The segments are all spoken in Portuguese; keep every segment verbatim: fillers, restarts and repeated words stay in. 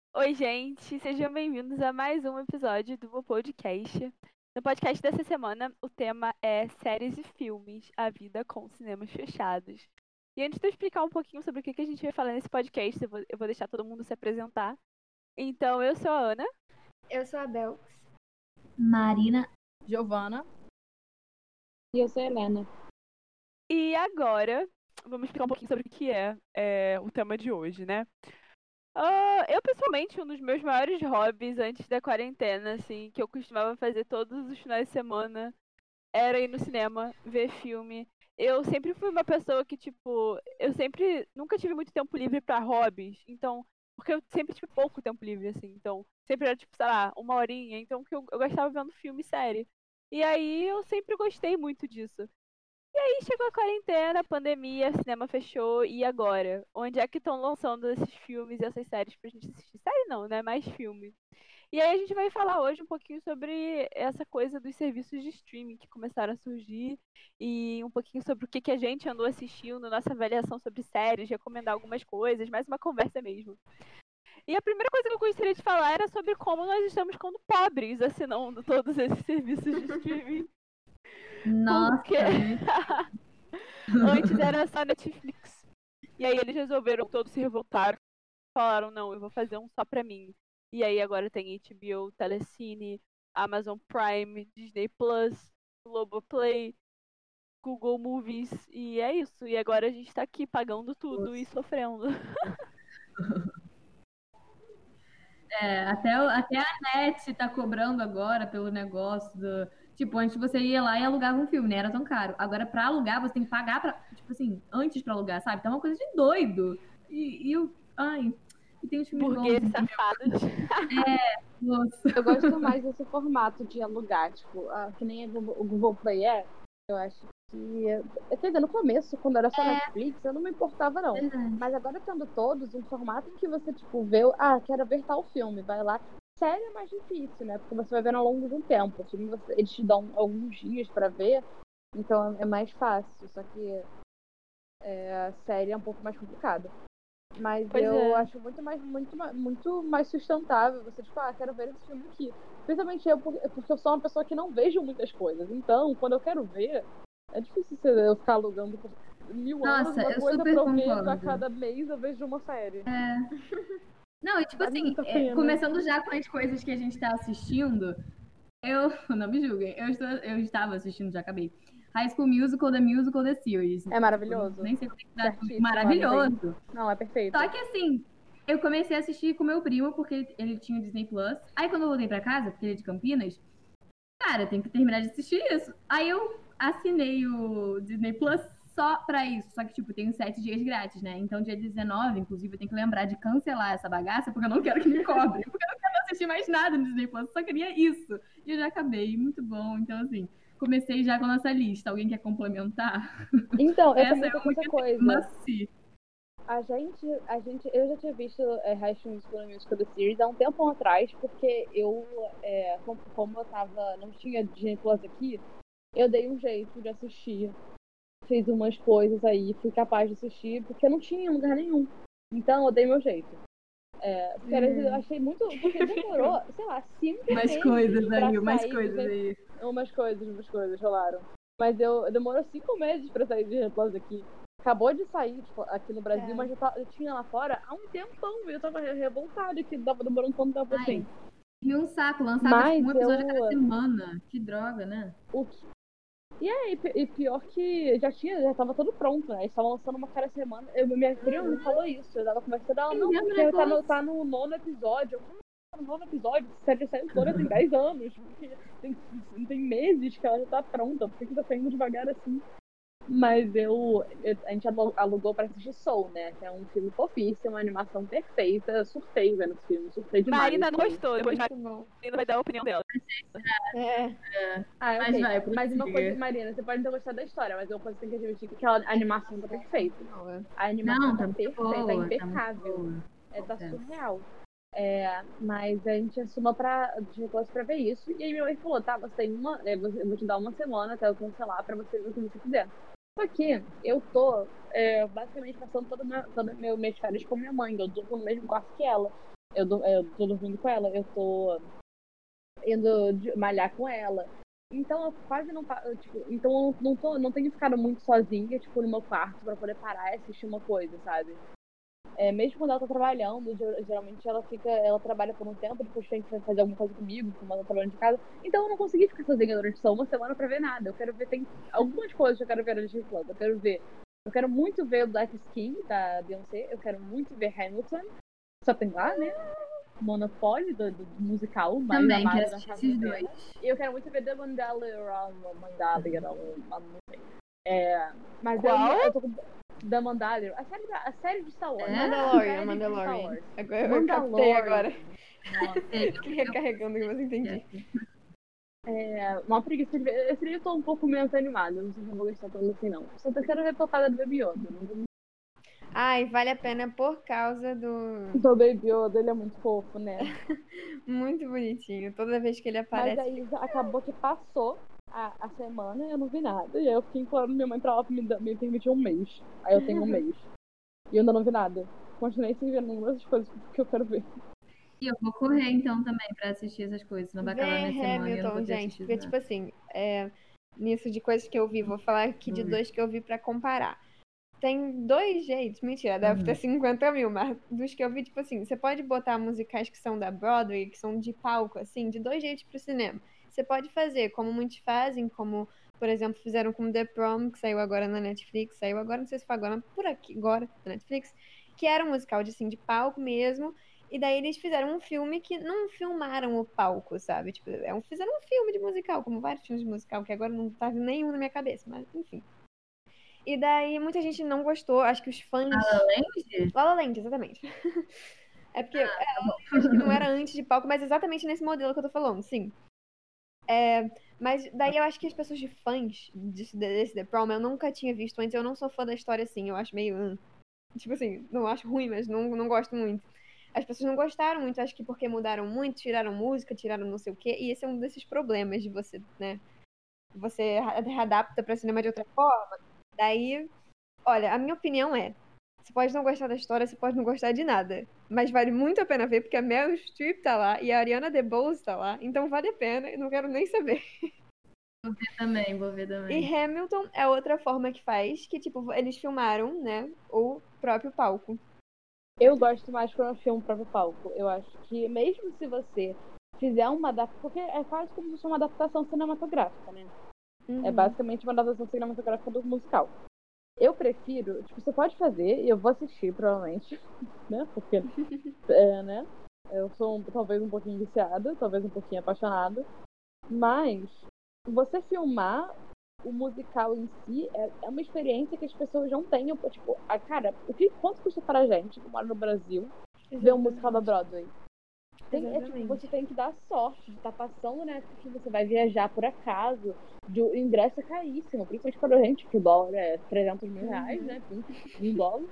Oi, gente, sejam bem-vindos a mais um episódio do meu podcast. No podcast dessa semana, o tema é séries e filmes, a vida com cinemas fechados. E antes de eu explicar um pouquinho sobre o que que a gente vai falar nesse podcast, eu vou, eu vou deixar todo mundo se apresentar. Então, eu sou a Ana. Eu sou a Bel. Marina. Giovana. E eu sou a Helena. E agora, vamos explicar um pouquinho sobre o que é, é o tema de hoje, né? Ah, eu, pessoalmente, um dos meus maiores hobbies antes da quarentena, assim, que eu costumava fazer todos os finais de semana, era ir no cinema, ver filme. Eu sempre fui uma pessoa que, tipo, eu sempre, nunca tive muito tempo livre pra hobbies, então, porque eu sempre tive pouco tempo livre, assim, então, sempre era, tipo, sei lá, uma horinha, então que eu, eu gostava vendo filme e série. E aí eu sempre gostei muito disso. E aí chegou a quarentena, a pandemia, cinema fechou, e agora? Onde é que estão lançando esses filmes e essas séries pra gente assistir? Série não, né? Mais filme. E aí a gente vai falar hoje um pouquinho sobre essa coisa dos serviços de streaming que começaram a surgir e um pouquinho sobre o que, que a gente andou assistindo, nossa avaliação sobre séries, recomendar algumas coisas, mais uma conversa mesmo. E a primeira coisa que eu gostaria de falar era sobre como nós estamos ficando pobres assinando todos esses serviços de streaming. Nossa. Porque antes era só Netflix. E aí eles resolveram todos se revoltar. Falaram, não, eu vou fazer um só pra mim. E aí agora tem H B O, Telecine, Amazon Prime, Disney Plus, Globoplay, Google Movies. E é isso. E agora a gente tá aqui pagando tudo e sofrendo. É, até, o- até a net tá cobrando agora pelo negócio do... Tipo, antes você ia lá e alugava um filme, né? Era tão caro. Agora, pra alugar, você tem que pagar pra... Tipo assim, antes pra alugar, sabe? Tá uma coisa de doido. E, e eu... Ai... E tem os filmes bons. Burgueses safados. Nossa. Eu gosto mais desse formato de alugar, tipo, ah, que nem a Google- o Google Play é. Eu acho que. Quer dizer, no começo, quando era só É. Netflix, eu não me importava, não. Verdade. Mas agora tendo todos, um formato em que você, tipo, vê, ah, quero ver tal filme, vai lá. Série é mais difícil, né? Porque você vai vendo ao longo de um tempo. O filme, você- eles te dão alguns dias pra ver, então é mais fácil. Só que é, a série é um pouco mais complicada. Mas Pois eu é. acho muito mais, muito, ma- muito mais sustentável você, tipo, ah, quero ver esse filme aqui. Principalmente eu, por- porque eu sou uma pessoa que não vejo muitas coisas. Então, quando eu quero ver, é difícil ser- eu ficar alugando por mil anos Nossa, uma eu coisa super pra eu ver concordo. a cada mês eu vejo uma série. Não, e tipo Vale assim, muito a é, pena. começando já com as coisas que a gente tá assistindo, eu, não me julguem, eu, estou, eu estava assistindo, já acabei. High School Musical, The Musical, The Series. É maravilhoso. Tipo, nem sei como é que dá. Certíssimo, Maravilhoso. Não, é perfeito. Só que assim, eu comecei a assistir com meu primo, porque ele, ele tinha o Disney Plus. Aí quando eu voltei pra casa, porque ele é de Campinas, cara, tem que terminar de assistir isso. Aí eu assinei o Disney Plus só pra isso. Só que, tipo, tem os sete dias grátis, né? Então, dia dezenove, inclusive, eu tenho que lembrar de cancelar essa bagaça, porque eu não quero que me cobre. Porque eu não quero assistir mais nada no Disney Plus, eu só queria isso. E eu já acabei, muito bom. Então, assim, comecei já com a nossa lista. Alguém quer complementar? Então, eu Essa também é tô com uma essa que coisa. must-see. A gente, a gente, eu já tinha visto é, High School Musical e Musical The Series há um tempo atrás, porque eu, é, como, como eu tava, não tinha Disney Plus aqui, eu dei um jeito de assistir. Fiz umas coisas aí, fui capaz de assistir, porque eu não tinha em lugar nenhum. Então eu dei meu jeito. É, porque era- eu achei muito. Porque demorou, sei lá, cinco Mais meses coisas pra aí, mais sair coisas Disney- aí. Umas coisas, umas coisas rolaram. Mas eu demorou cinco meses pra sair de Disney Plus aqui. Acabou de sair, tipo, aqui no Brasil, É. mas eu, tava- eu tinha lá fora há um tempão e eu tava re- revoltada que tava demorando tanto tempo Ai, assim. E um saco, lançava Mas tipo, um episódio eu- a cada semana. Que droga, né? O que- E aí, pi- e pior que já tinha, já tava tudo pronto, né? Eles estavam lançando uma cada semana. Eu, minha prima me falou isso. Eu tava conversando, ela, não, Entendendo o porque tá no, negócio. tá no nono episódio. Eu, como tá no nono episódio? Essa série saiu toda tem dez anos. Porque tem, tem meses que ela já tá pronta. Por que que tá saindo devagar assim? Mas eu, eu- a gente alu- alugou pra assistir Soul, né? Que é um filme fofíssimo, uma animação perfeita. Eu surtei vendo esse filme, surtei demais. Marina não gostou, depois Muito bom. Marina vai dar a opinião dela. É. Ah, Mas ok. vai, Mas uma prossiga. coisa, Marina, você pode não ter gostado da história, mas uma coisa que tem que admitir que aquela animação tá perfeita. A animação Não, tá tá muito perfeita, boa, tá tá muito impecável. boa. É, tá Acontece. surreal. É, mas a gente assinou pra, de negócio pra ver isso. E aí minha mãe falou, tá, você tem uma. é, você- Eu vou te dar uma semana até eu cancelar pra você ver o que você quiser. Só que eu tô é, basicamente passando todo meu, todo meu, minhas férias com minha mãe. Eu durmo no mesmo quarto que ela. Eu, do- eu tô dormindo com ela, eu tô indo de- malhar com ela. Então eu quase não, pa- eu, tipo, então eu não tô, não tenho ficado muito sozinha, tipo, no meu quarto pra poder parar e assistir uma coisa, sabe? É, mesmo quando ela tá trabalhando, ger- geralmente ela fica, ela trabalha por um tempo, depois tem que fazer alguma coisa comigo, como ela tá trabalhando de casa. Então eu não consegui ficar sozinha durante só uma semana pra ver nada. Eu quero ver, tem algumas coisas que eu quero ver na Disney Plus. Eu quero ver, eu quero muito ver o Black Skin da Beyoncé, eu quero muito ver Hamilton, só tem lá, né? Monopoly do, do musical, mais Também amado quero da assistir casa esses dela. dois. E eu quero muito ver The Mandalorian, Mandalorian, não sei. É, mas eu, Qual? eu tô com The Mandalorian, a série, da- a série de Star Wars. É? A Mandalorian, série de Star Mandalorian. Wars. Agora eu captei agora. Nossa. Fiquei recarregando que você entendi. É, uma preguiça de ver. Esse livro eu tô um pouco menos animada, não sei se eu vou gostar tanto assim, não. Só tô querendo ver Tocada do Baby Yoda. Não vou... Ai, vale a pena por causa do... O Baby Yoda, ele é muito fofo, né? Muito bonitinho. Toda vez que ele Mas aparece... aí já acabou que passou a, a semana e eu não vi nada. E aí eu fiquei implorando minha mãe pra ela me, dar- me permitir um mês. Aí eu tenho um mês. E eu ainda não vi nada. Continuei sem ver nenhuma das coisas que eu quero ver. E eu vou correr então também pra assistir essas coisas. Não vai acabar Vê minha semana e eu não Hamilton, vou ter gente. assistido Porque, nada. tipo assim, é, nisso de coisas que eu vi, vou falar aqui de Uhum. dois que eu vi pra comparar. Tem dois jeitos, mentira, deve Uhum. ter cinquenta mil, mas dos que eu vi, tipo assim, você pode botar musicais que são da Broadway, que são de palco, assim, de dois jeitos pro cinema. Você pode fazer, como muitos fazem, como, por exemplo, fizeram com The Prom, que saiu agora na Netflix, saiu agora, não sei se foi agora, por aqui, agora, na Netflix, que era um musical de, assim, de palco mesmo, e daí eles fizeram um filme que não filmaram o palco, sabe? Tipo, é um, fizeram um filme de musical, como vários filmes de musical, que agora não tá vindo nenhum na minha cabeça, mas enfim. E daí muita gente não gostou, acho que os fãs... La La Land? La La Land, exatamente. É porque é, acho que não era antes de palco, mas exatamente nesse modelo que eu tô falando, sim. É, mas daí eu acho que as pessoas de fãs desse, desse The Prom, eu nunca tinha visto antes, eu não sou fã da história assim, eu acho meio... hum, tipo assim, não acho ruim, mas não, não gosto muito. As pessoas não gostaram muito, acho que porque mudaram muito, tiraram música, tiraram não sei o quê, e esse é um desses problemas de você, né? Você ra- readapta pra cinema de outra forma. Daí, olha, a minha opinião é, você pode não gostar da história, você pode não gostar de nada, mas vale muito a pena ver, porque a Meryl Streep tá lá e a Ariana DeBose tá lá, então vale a pena, eu não quero nem saber. Vou ver também, vou ver E também. Hamilton é outra forma que faz, que tipo, eles filmaram, né, o próprio palco. Eu gosto mais quando eu filmo o próprio palco. Eu acho que mesmo se você fizer uma adaptação, porque é quase como se fosse uma adaptação cinematográfica, né? Uhum. É basicamente uma adaptação cinematográfica do musical. Eu prefiro, tipo, você pode fazer, e eu vou assistir, provavelmente, né? Porque, é, né? Eu sou um- talvez um pouquinho viciada, talvez um pouquinho apaixonada. Mas você filmar o musical em si é, é uma experiência que as pessoas não têm. Tipo, a, cara, o que, quanto custa pra gente que mora no Brasil ver um musical da Broadway? Tem, é, tipo, Exatamente. você tem que dar sorte de estar passando, né? Porque você vai viajar por acaso. De, o ingresso é caríssimo, principalmente para a gente, que o dólar é trezentos mil reais, Uhum. né? vinte dólares.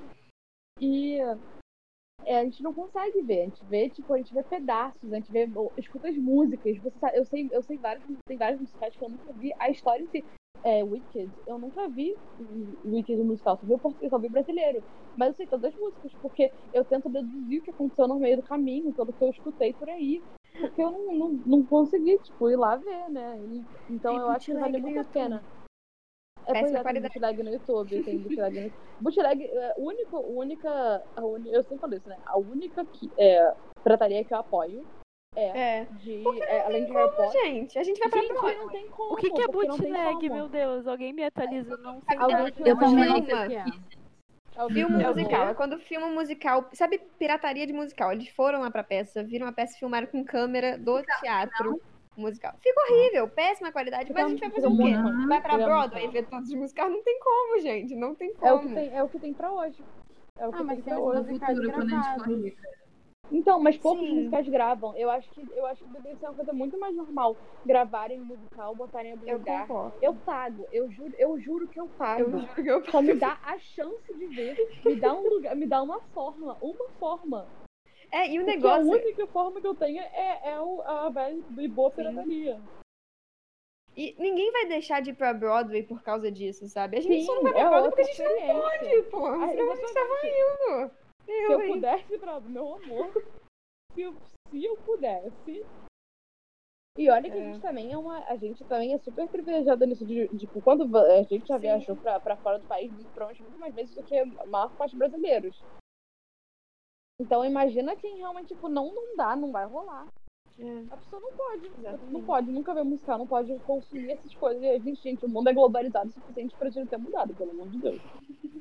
E é, a gente não consegue ver. A gente vê, tipo, a gente vê pedaços, a gente vê, escuta as músicas. Você sabe, eu sei, eu sei vários, tem vários musicais que eu nunca vi. A história em si, é, Wicked, eu nunca vi Wicked musical, só vi o português, só vi o brasileiro. Mas eu sei todas as músicas, porque eu tento deduzir o que aconteceu no meio do caminho, pelo que eu escutei por aí. Porque eu não, não, não consegui, tipo, ir lá ver, né? E, então Tem eu acho que bootleg vale no muito a YouTube. pena. É, Péssima pois é, tem qualidade. bootleg no YouTube, tem bootleg no Bootleg, é, o único, a única, a uni... eu sempre falo isso, né? A única que, é, trataria que eu apoio é, É. de, Porque é, além de Harry Como, Potter. gente? A gente vai pra Gente, Broadway. não tem como. O que, que é porque não tem bootleg, como. meu Deus? Alguém me atualiza, eu não sei o que Alguém é. filma Eu também não Filma. sei o que é. Alguém Filme É o musical. quê? É quando filma um musical. Sabe, pirataria de musical. Eles foram lá pra peça, viram a peça e filmaram com câmera do teatro musical. Fica horrível, péssima qualidade. Mas a gente vai fazer Fica o quê? muito ruim. Vai pra Fica muito Broadway ruim. ver todos os musicais? Não tem como, gente. Não tem É o que como. tem, é o que tem pra hoje. É o que Ah, mas tem tem pra os hoje. No musicais futuro, quando a gente for gravados. rica. Então, mas poucos Sim. musicais gravam. Eu acho que eu acho que deveria ser uma coisa muito mais normal. Gravarem musical, botarem algum Eu lugar. concordo. Eu pago, eu juro, eu juro que eu pago. Eu juro que eu Só me dá a chance de ver. Me dá um lugar, me dá uma forma, uma forma. É, e o Porque negócio. a única forma que eu tenho é, é o, a velha e boa pirataria. E ninguém vai deixar de ir pra Broadway por causa disso, sabe? A gente Sim, só não vai pra é Broadway outra porque a gente não pode, experiência. pô. Ah, Senão a gente tava exatamente. indo. Se eu pudesse, pra meu amor, eu, se eu pudesse. E olha que a É. gente também é uma. A gente também é super privilegiada nisso de, tipo, quando a gente já Sim. viajou pra, pra fora do país, muito, provavelmente muito mais vezes do que a maior parte dos brasileiros. Então imagina quem realmente, tipo, não, não dá, não vai rolar. É. A pessoa não pode. Exatamente. Não pode nunca ver musical, não pode consumir essas coisas. E a gente, gente, o mundo é globalizado o suficiente pra gente ter mudado, pelo amor de Deus.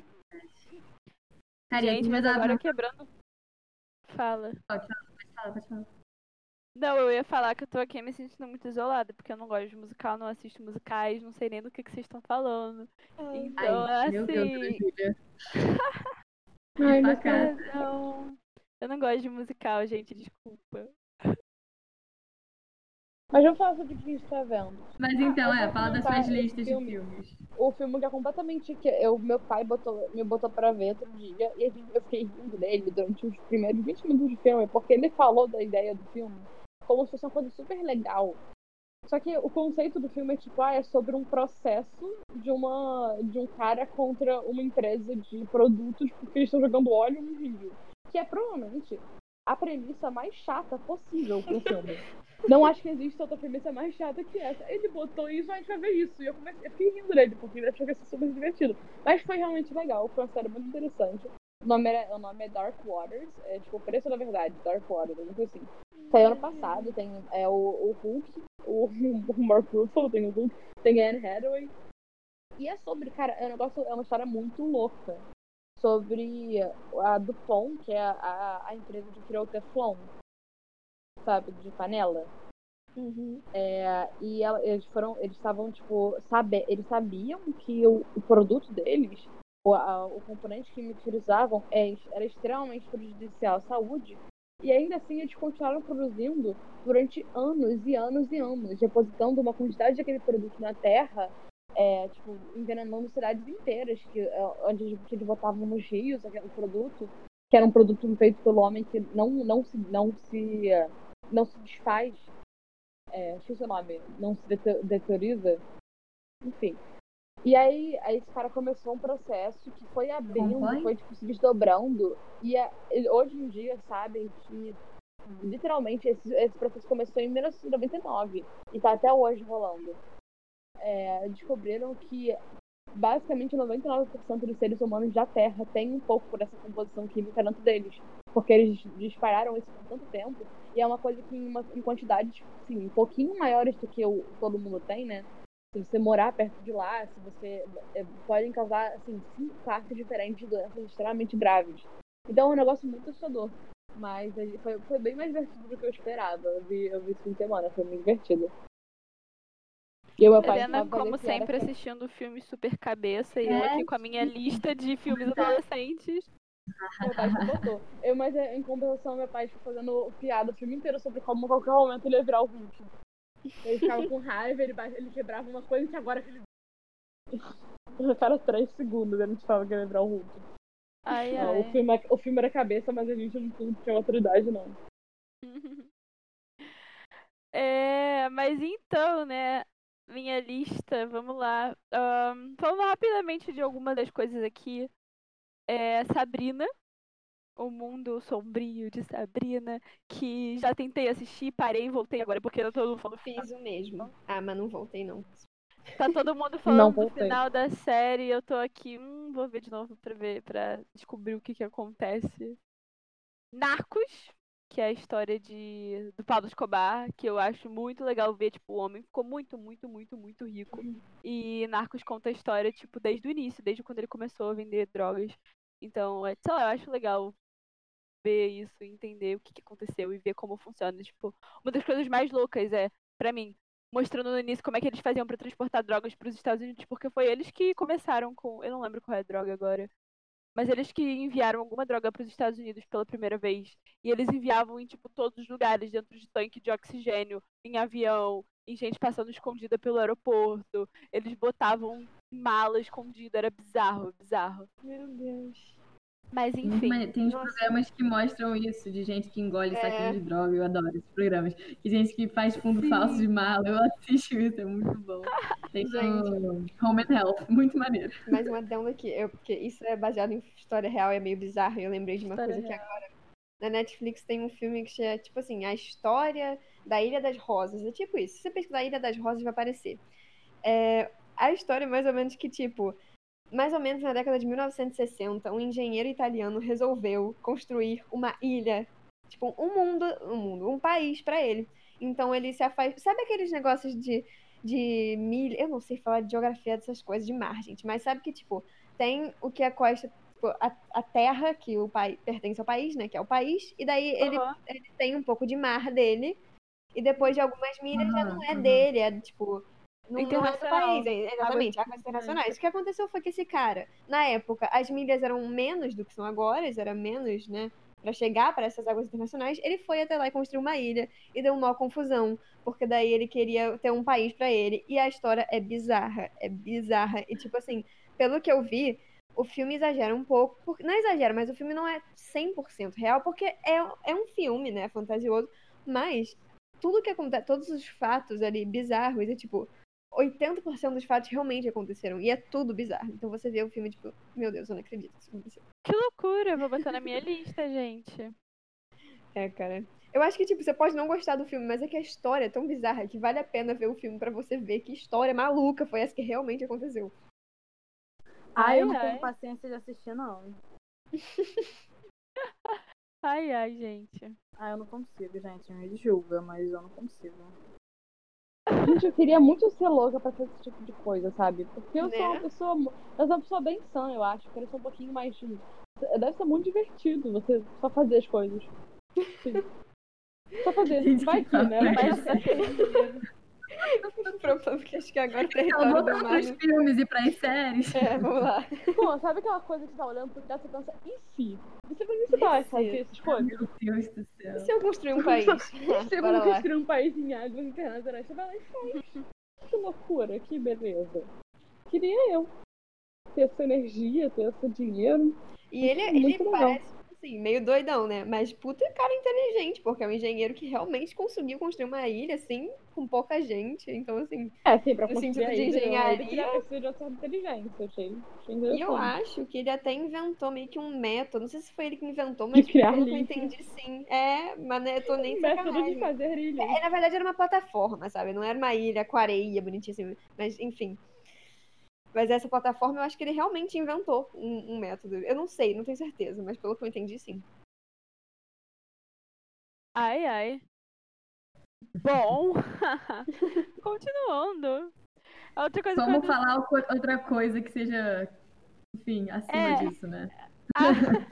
Cara, eu Gente, queria mas dar agora pra... quebrando. Fala. Pode falar, pode falar, pode falar. Não, eu ia falar que eu tô aqui me sentindo muito isolada, porque eu não gosto de musical, não assisto musicais, não sei nem do que, que vocês estão falando. Então, Ai, meu Deus, assim. Júlia. Ai, Que mas facada. é, não. Eu não gosto de musical, gente, desculpa. Mas vamos falar sobre o que a gente tá vendo. Mas Ah, então, eu é, vou fala das comentar suas esse listas filme. de filmes. O filme que é completamente que eu, meu pai botou, me botou pra ver outro dia e a gente- eu fiquei rindo dele durante os primeiros vinte minutos de filme, porque ele falou da ideia do filme como se fosse uma coisa super legal. Só que o conceito do filme é tipo, ah, é sobre um processo de uma de um cara contra uma empresa de produtos porque eles estão jogando óleo no rio. Que é provavelmente a premissa mais chata possível pro filme. Não acho que existe outra premissa mais chata que essa. Ele botou isso, a gente vai ver isso. E eu comecei, eu fiquei rindo dele, porque ele achou que ia ser super divertido. Mas foi realmente legal, foi uma série muito interessante. O nome, era, o nome é Dark Waters, é tipo o preço da verdade, Dark Waters, alguma coisa assim. Saiu ano passado, tem é, o, o Hulk, o, o Mark Ruffalo, tem o Hulk, tem a Anne Hathaway. E é sobre, cara, é um negócio, é uma história muito louca. Sobre a Dupont, que é a, a, a empresa que criou o Teflon, sabe, de panela. Uhum. É, e ela- eles foram, eles estavam, tipo, sabe, eles sabiam que o, o produto deles, o, a- o componente químico que eles usavam é, era extremamente prejudicial à saúde. E ainda assim eles continuaram produzindo durante anos e anos e anos, depositando uma quantidade daquele produto na terra, é, tipo, envenenando cidades inteiras, que, é, onde que eles botavam nos rios aquele produto, que era um produto feito pelo homem que não, não se, não se, é, não se desfaz. É, esqueci o nome, não se deto- deterioriza, enfim. E aí, aí esse cara começou um processo que foi abrindo, Compõe? foi tipo, se desdobrando, e a- e hoje em dia sabem que literalmente esse, esse processo começou em mil novecentos e noventa e nove e tá até hoje rolando. É, descobriram que basicamente noventa e nove por cento dos seres humanos da Terra tem um pouco dessa composição química dentro deles. Porque eles dispararam isso por tanto tempo. E é uma coisa que em, uma, em quantidades assim, um pouquinho maiores do que o, todo mundo tem, né? Se você morar perto de lá, se você é, podem causar assim, cinco classes diferentes de doenças extremamente graves. Então é um negócio muito assustador. Mas foi, foi bem mais divertido do que eu esperava. Eu vi, eu vi esse fim de semana, foi muito divertido. E o meu pai Helena, tava como fazendo piada sempre, que assistindo filmes super cabeça e eu É, aqui com a minha lista de filmes adolescentes. meu pai se botou. Eu, mas é, em compensação, meu pai ficou fazendo piada o filme inteiro sobre como a qualquer momento ele ia virar o Hulk. Ele ficava com raiva, ele, ba- ele quebrava uma coisa que agora que ele. Cara, três segundos ele falava que ia virar o Hulk. Ai, Não, ai. o, filme, é- o filme era cabeça, mas a gente não tinha tinha maturidade, não. É, mas então, né? Minha lista, vamos lá. Ahn, falando rapidamente de algumas das coisas aqui. É Sabrina, o mundo sombrio de Sabrina, que já tentei assistir, parei e voltei agora, porque eu tô falando. Fiz o mesmo. Ah, mas não voltei, não. Tá todo mundo Não falando do voltei. final da série, eu tô aqui, hum, vou ver de novo pra ver, para descobrir o que que acontece. Narcos, que é a história de do Pablo Escobar, que eu acho muito legal ver, tipo, o homem ficou muito, muito, muito, muito rico. E Narcos conta a história, tipo, desde o início, desde quando ele começou a vender drogas. Então, é, sei lá, eu acho legal ver isso, entender o que, que aconteceu e ver como funciona. Tipo, uma das coisas mais loucas é, pra mim, mostrando no início como é que eles faziam pra transportar drogas pros Estados Unidos, porque foi eles que começaram com, eu não lembro qual é a droga agora, mas eles que enviaram alguma droga pros Estados Unidos pela primeira vez. E eles enviavam em, tipo, todos os lugares, dentro de tanque de oxigênio, em avião, em gente passando escondida pelo aeroporto. Eles botavam em mala escondida, era bizarro, bizarro. Meu Deus. Mas Muito enfim. maneiro. Tem uns Nossa. programas que mostram isso, de gente que engole É. saquinho de droga. Eu adoro esses programas. E gente que faz fundo Sim. falso de mala. Eu assisto isso, é muito bom. Tem no Home and Health, muito maneiro. Mais um adendo aqui, eu, porque isso é baseado em história real, é meio bizarro, e eu lembrei de uma História coisa que real. agora na Netflix tem um filme que é, tipo assim, a história da Ilha das Rosas. É tipo isso. Se você pesquisar Ilha das Rosas, vai aparecer. É, a história é mais ou menos que, tipo, mais ou menos na década de mil novecentos e sessenta, um engenheiro italiano resolveu construir uma ilha, tipo, um mundo, um mundo, um país pra ele. Então ele se afastou. Sabe aqueles negócios de, de milha? Eu não sei falar de geografia dessas coisas, de mar, gente, mas sabe que, tipo, tem o que é a costa, tipo, a, a terra que o pai pertence ao país, né? Que é o país, e daí ele, Aham. ele tem um pouco de mar dele, e depois de algumas milhas já não Aham, é aham. dele, é tipo. Não, não é do Internacional. país, é- exatamente, águas internacionais. O que aconteceu foi que esse cara, na época, as milhas eram menos do que são agora, era menos, né, pra chegar para essas águas internacionais. Ele foi até lá e construiu uma ilha e deu uma confusão, porque daí ele queria ter um país pra ele. E a história é bizarra, é bizarra. E tipo assim, pelo que eu vi, o filme exagera um pouco, porque, não exagera, mas o filme não é cem por cento real, porque é, é um filme, né, fantasioso, mas tudo que acontece, todos os fatos ali bizarros, é tipo oitenta por cento dos fatos realmente aconteceram. E é tudo bizarro. Então você vê o filme, tipo, meu Deus, eu não acredito que isso aconteceu. Que loucura, eu vou botar na minha lista, gente. É, cara. Eu acho que, tipo, você pode não gostar do filme, mas é que a história é tão bizarra que vale a pena ver o filme pra você ver que história maluca foi essa que realmente aconteceu. Ai, Ai, eu não tenho ai. paciência de assistir, não. Ai, ai, gente. Ai, eu não consigo, gente. Me julga, mas eu não consigo. Gente, eu queria muito ser louca pra fazer esse tipo de coisa, sabe? Porque eu sou uma Né? pessoa. mu- Eu sou uma pessoa bem sã, eu acho. Quero ser um pouquinho mais. de- Deve ser muito divertido você só fazer as coisas. Sim. Só fazer. Gente, Vai que que, né? Vai Mas que dá certo. O problema é que acho que agora o Então, território do voltando mar. pros filmes e pras séries. É, vamos lá. Pô, sabe aquela coisa que você tá olhando pro teto e você pensa, e se? Você vai você vai fazer essas coisas? Meu Deus do E céu. se eu construir um país? E se eu Bora lá. construir um país em águas internacionais? Você vai lá e faz. Que loucura, que beleza. Queria eu ter essa energia, ter esse dinheiro. E ele, ele Muito legal. parece, assim, meio doidão, né? Mas puta cara inteligente, porque é um engenheiro que realmente conseguiu construir uma ilha, assim, com pouca gente. Então, assim, É, sim, pra no construir sentido a de ilha, uma ilha engenharia. precisa de outra inteligência. Achei, achei E eu interessante. acho que ele até inventou meio que um método. Não sei se foi ele que inventou, De mas criar pelo que eu líquido. entendi, sim. É, mas né, eu tô nem Um método de sacanagem. fazer ilhas. É, na verdade era uma plataforma, sabe? Não era uma ilha com areia bonitinha assim. Mas, enfim. Mas essa plataforma eu acho que ele realmente inventou um, um método. Eu não sei, não tenho certeza, mas pelo que eu entendi, sim. Ai, ai. Bom, continuando. A outra coisa que Vamos eu falar o- outra coisa que seja, enfim, acima É. disso, né? A,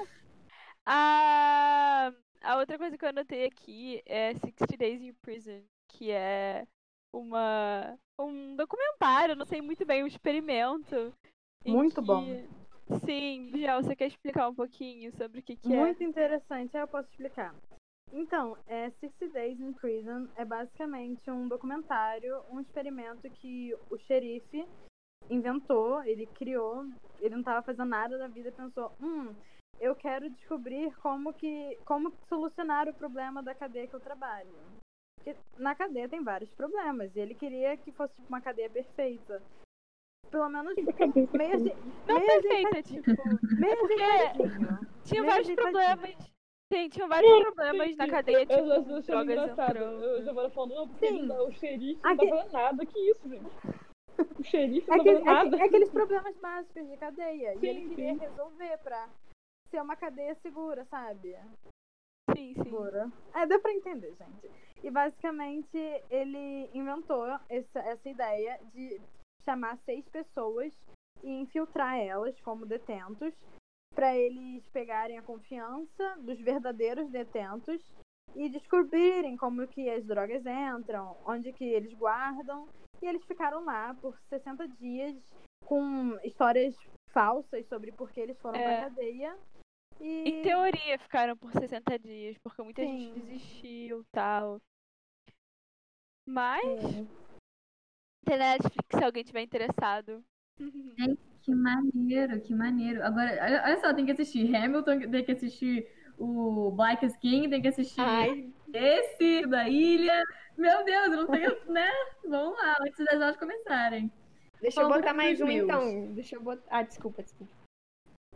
a, a outra coisa que eu anotei aqui é sixty Days in Prison, que é uma, um documentário, eu não sei muito bem, um experimento. em Muito que- bom. Sim, já você quer explicar um pouquinho sobre o que, que Muito interessante, aí eu posso explicar. Então, é, sixty Days in Prison é basicamente um documentário, um experimento que o xerife inventou, ele criou, ele não estava fazendo nada da vida, pensou, hum, eu quero descobrir como que, como solucionar o problema da cadeia que eu trabalho. Porque na cadeia tem vários problemas, e ele queria que fosse tipo, uma cadeia perfeita. Pelo menos meio, aje- Não meio perfeita, ajeitadinho. tipo. Meio porque ajeitadinho. Tinha Meio vários ajeitadinho. problemas. Sim, tinham vários problemas na cadeia, tipo, Eu, eu, eu achei drogas engraçado. Eu entrando. já vou falando, não, porque Sim. ele- o xerife não Aqui- tá fazendo nada. Que isso, gente? O xerife É, não que- tá fazendo é que- nada. é aqueles problemas básicos de cadeia. Sim, e ele queria sim. resolver pra ser uma cadeia segura, sabe? Sim, sim. Segura. É, deu pra entender, gente. E basicamente ele inventou essa, essa ideia de chamar seis pessoas e infiltrar elas como detentos pra eles pegarem a confiança dos verdadeiros detentos e descobrirem como que as drogas entram, onde que eles guardam. E eles ficaram lá por sessenta dias com histórias falsas sobre por que eles foram É. pra cadeia. E Em teoria ficaram por sessenta dias, porque muita Sim. gente desistiu e tal. Mas tem na Netflix se alguém tiver interessado. Que maneiro, que maneiro. Agora, olha olha só, tem que assistir Hamilton, tem que assistir o Black Skin, tem que assistir Ai, esse da ilha. Meu Deus, eu não tenho, né? Vamos lá, antes das aulas começarem. deixa eu Falando botar mais dos um meus. então. Deixa eu botar. Ah, desculpa, desculpa.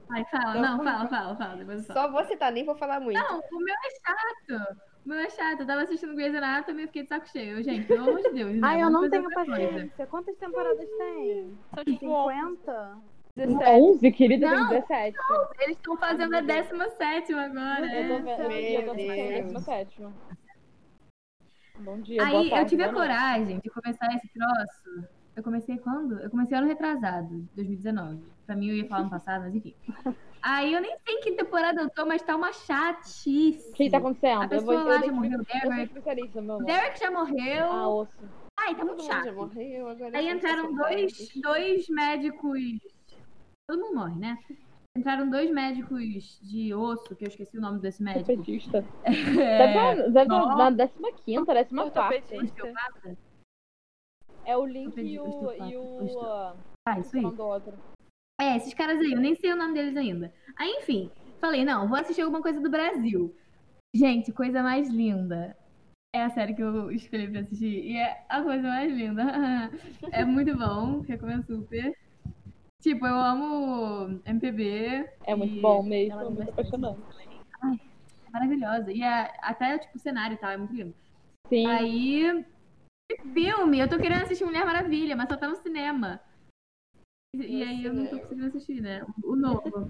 Ai, fala, Não, não, por fala, favor. fala, fala, depois eu falo. Só você tá, nem vou falar muito. Não, o meu é chato. O meu é chato. Eu tava assistindo Grey's Anatomy e eu fiquei de saco cheio. Gente, pelo amor de Deus, né? Ai, eu Vamos não fazer tenho outra coisa. paciência. Quantas temporadas tem? São tipo onze, cinquenta? dezessete. onze, querida, tem Não. dezessete. Eles estão fazendo a décima sétima agora. Eu tô é. vendo, eu, eu tô assistindo a Deus. décima sétima. Bom dia, boa Aí tarde, eu tive a boa noite. coragem de começar esse troço. Eu comecei quando? Eu comecei ano retrasado, dois mil e dezenove. Pra mim eu ia falar ano passado, mas enfim. Aí eu nem sei em que temporada eu tô, mas tá uma chatice. O que tá acontecendo? A eu pessoa vou, lá eu já morreu, identifico- eu sou Derek. especialista, meu nome. Derek já morreu. Ah, osso. Ai, tá Todo muito mundo já chato. morreu, agora Aí só entraram você dois, perde. dois médicos. Todo mundo morre, né? Entraram dois médicos de osso, que eu esqueci o nome desse médico. Ortopedista. É, Deve estar nossa. na décima quinta, décima quarta. Ortopedista. osteopata. É o Link Ortopedi- e o. osteopata, E o osteo- ah, Ah, isso aí. o do outro. É, esses caras aí, eu nem sei o nome deles ainda. Aí, enfim, falei, não, vou assistir alguma coisa do Brasil. Gente, coisa mais linda. É a série que eu escolhi pra assistir. E é a coisa mais linda. É muito bom, recomendo super. Tipo, eu amo M P B. É muito e bom mesmo, ela é é muito bastante apaixonante. também. Ai, é maravilhosa. E a- até, tipo, o cenário e tal, é muito lindo. Sim. Aí, filme, eu tô querendo assistir Mulher Maravilha, mas só tá no cinema. E, e No aí eu não tô cinema. conseguindo assistir, né? O, o novo.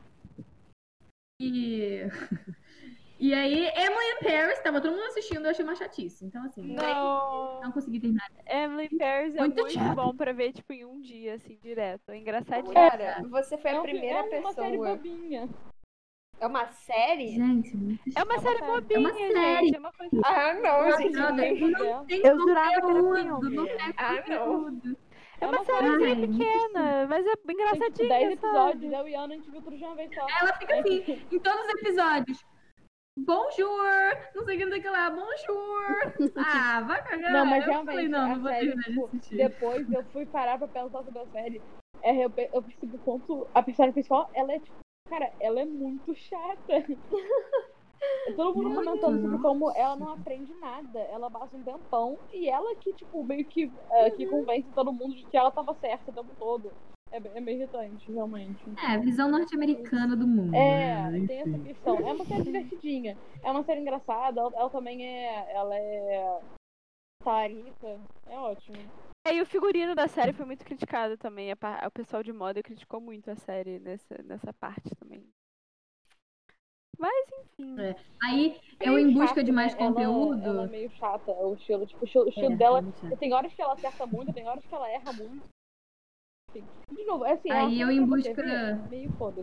E. E aí, Emily in Paris, tava todo mundo assistindo, eu achei uma chatice. Então, assim, Não. não consegui terminar. Emily in Paris é Muito muito chato. bom pra ver, tipo, em um dia, assim, direto. É engraçadinho. Cara, você foi É a um fi- primeira é uma série pessoa. bobinha. É uma série? Gente, muito É uma É uma série série. bobinha, É uma série. gente. É uma coisa... Ah, não, gente. Não, Não. não tem Eu jurava que era conteúdo, filme. não tem Ah, não. conteúdo. É uma Ai, sériezinha muito pequena, mas é Tem tipo engraçadinha, dez episódios, sabe? eu e a Ana, a gente viu tudo de uma vez só. Ela fica assim, em todos os episódios. Bonjour! Não sei o que, não sei o que lá. Bonjour! Ah, vai cagar. Não, mas eu realmente, falei, não, a não vou série, terminar de tipo, assistir. depois eu fui parar pra pensar sobre a série. É, eu, pe- eu percebi o quanto a personagem principal, ela é tipo, cara, ela é muito chata. Todo mundo Muito, comentando sobre nossa. como ela não aprende nada. Ela passa um tempão e ela que, tipo, meio que, é, que convence todo mundo de que ela tava certa o tempo todo. É, bem- é meio irritante, realmente. É, a visão norte-americana do mundo. É, né? tem essa questão. É uma série divertidinha. É uma série engraçada. Ela, ela também é. Ela é. Tarica. É ótimo. É, e o figurino da série foi muito criticado também. A pa- O pessoal de moda criticou muito a série nessa, nessa parte também. Mas, enfim. É. Aí, É eu meio em busca chato, de mais né? Ela- conteúdo. Ela, é meio chata, o estilo. Tipo, o estilo, o estilo É, dela. é muito chato. Tem horas que ela acerta muito, tem horas que ela erra muito. Enfim. De novo, é assim, é Aí uma eu série em pra você busca- ver, meio foda-se.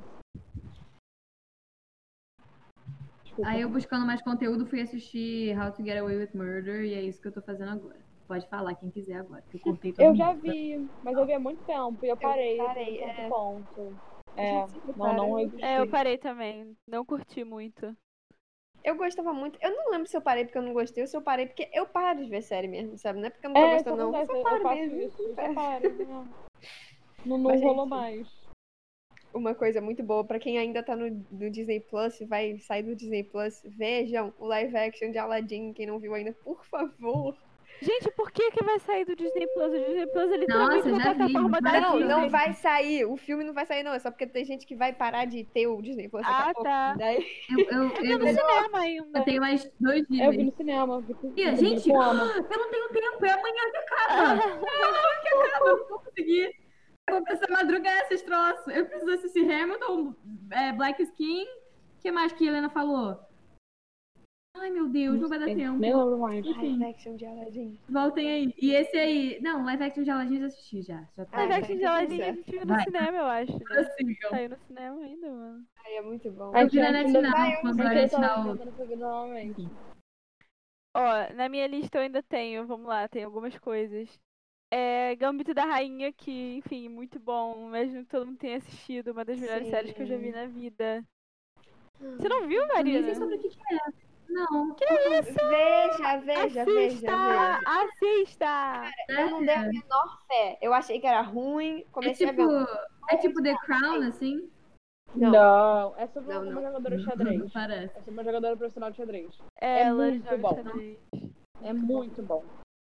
Desculpa. Aí eu buscando mais conteúdo fui assistir How to Get Away with Murder e é isso que eu tô fazendo agora. Pode falar quem quiser agora, que eu contei todo Eu mundo. já vi, mas eu vi há muito tempo e eu parei. parei, por um certo é. ponto. A É, gente sempre não, para, não eu- existe. É, eu parei também. Não curti muito. Eu gostava muito. Eu não lembro se eu parei porque eu não gostei ou se eu parei porque eu paro de ver série mesmo, sabe? Não é porque eu não tô É, isso gostando, não. Eu acontece, só eu paro faço mesmo. isso, eu só paro. Não, não, não Mas, rolou gente, mais. Uma coisa muito boa, pra quem ainda tá no, no Disney Plus, vai sair do Disney Plus, vejam o live action de Aladdin, quem não viu ainda, por favor. Gente, por que que vai sair do Disney Plus? O Disney Plus é literalmente Nossa, uma já vi, plataforma da Não, Disney. não vai sair. O filme não vai sair, não. É só porque tem gente que vai parar de ter o Disney Plus daqui a Ah, pouco. tá. Daí... Eu, eu, Eu vi no eu, cinema ainda. eu tenho mais dois Eu vi dias. no cinema. Eu vi com, E, eu vi gente, com a Ana. eu não tenho tempo, é amanhã que acaba. É amanhã que acaba, eu não vou conseguir. Eu vou precisar madrugar esses troços. Eu preciso assistir Hamilton, é, Black Skin. O que mais que a Helena falou? Ai, meu Deus, não vai dar tempo. Nem lembro mais. Enfim, Live action de Aladdin. voltem aí. E esse aí... Não, live action de Aladdin eu já assisti já. Já tá. Live Ah, action então de tá Aladdin a certo. gente viu no Vai. cinema, eu acho, né? Assim, eu- Saiu no cinema ainda, mano. Ai, é muito bom. Ai, Eu vi na gente, ainda- NetNow, Vai, quando A a gente tava NetNow... tentando fazer novamente. Ó, na minha lista eu ainda tenho, vamos lá, tem algumas coisas. É Gambito da Rainha, que, enfim, muito bom. Imagino que todo mundo tenha assistido, uma das melhores Sim. séries que eu já vi na vida. Você não viu, Eu nem Marina? sei sobre o que que é. Não. Veja, veja, veja, Assista! veja. Assista! Eu não dei a menor fé. Eu achei que era ruim, É comecei tipo, a ver. é tipo The Crown, assim? Não. Não, é sobre Não, uma não. jogadora de xadrez. Parece. É sobre uma jogadora profissional de xadrez. Ela muito joga bom. xadrez. É muito bom.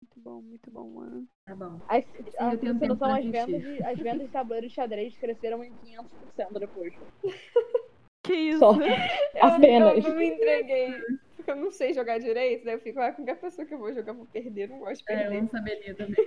Muito bom, muito bom, mano. Tá bom. As, eu a, tenho você tempo noção, pra as vendas, assistir. de, as vendas de tabuleiro de xadrez cresceram em quinhentos por cento depois. Que isso? Só. Eu, Apenas. eu não me entreguei. Porque eu não sei jogar direito, daí eu fico, ah, qualquer pessoa que eu vou jogar, eu vou perder, eu não gosto de É, eu perder. não saberia também.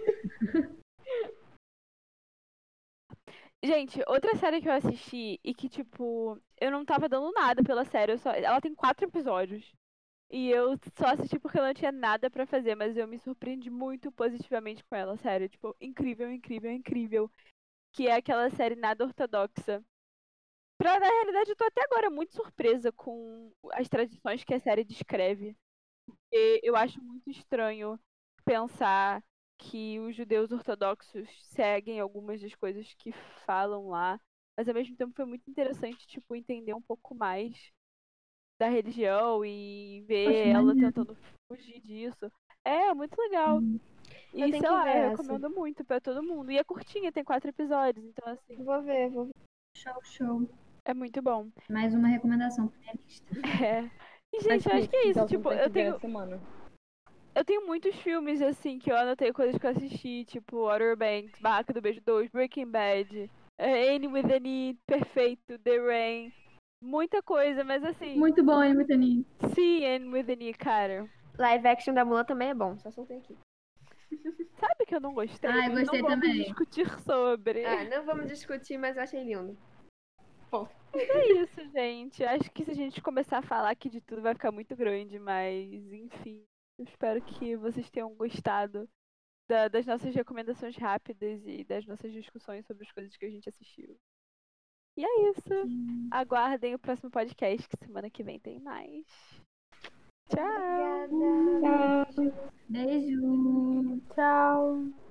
Gente, outra série que eu assisti e que, tipo, eu não tava dando nada pela série. Eu só... Ela tem quatro episódios. E eu só assisti porque eu não tinha nada pra fazer, mas eu me surpreendi muito positivamente com ela, sério. Tipo, incrível, incrível, incrível. Que é aquela série Nada Ortodoxa. Pra, na realidade, eu tô até agora muito surpresa com as tradições que a série descreve. E eu acho muito estranho pensar que os judeus ortodoxos seguem algumas das coisas que falam lá, mas ao mesmo tempo foi muito interessante, tipo, entender um pouco mais da religião e ver Poxa, ela maneiro. tentando fugir disso. É, muito legal. Eu E tenho sei que lá, ver eu essa. recomendo muito pra todo mundo. E é curtinha, tem quatro episódios, então assim, Vou ver, vou ver. Show, show. é muito bom. Mais uma recomendação pra minha lista. É. E, gente, eu acho que é isso. Então, Tipo, tem que eu ver tenho. a semana. Eu tenho muitos filmes, assim, que eu anotei coisas que eu assisti, tipo Outer Banks, Barraca do Beijo dois, Breaking Bad, eh, Anne with an E, Perfeito, The Rain, muita coisa, mas assim, Muito bom, hein, Mutani? sim, Anne with an E, cara. Live action da Mulan também é bom, só soltei aqui. Sabe que eu não gostei, Ah, eu mas gostei não vamos também. discutir sobre. Ah, não vamos discutir, mas eu achei lindo. É isso, gente. Acho que se a gente começar a falar aqui de tudo vai ficar muito grande, mas enfim, eu espero que vocês tenham gostado da- das nossas recomendações rápidas e das nossas discussões sobre as coisas que a gente assistiu. E é isso. Aguardem o próximo podcast, que semana que vem tem mais. Tchau. Obrigada. Beijo. Tchau.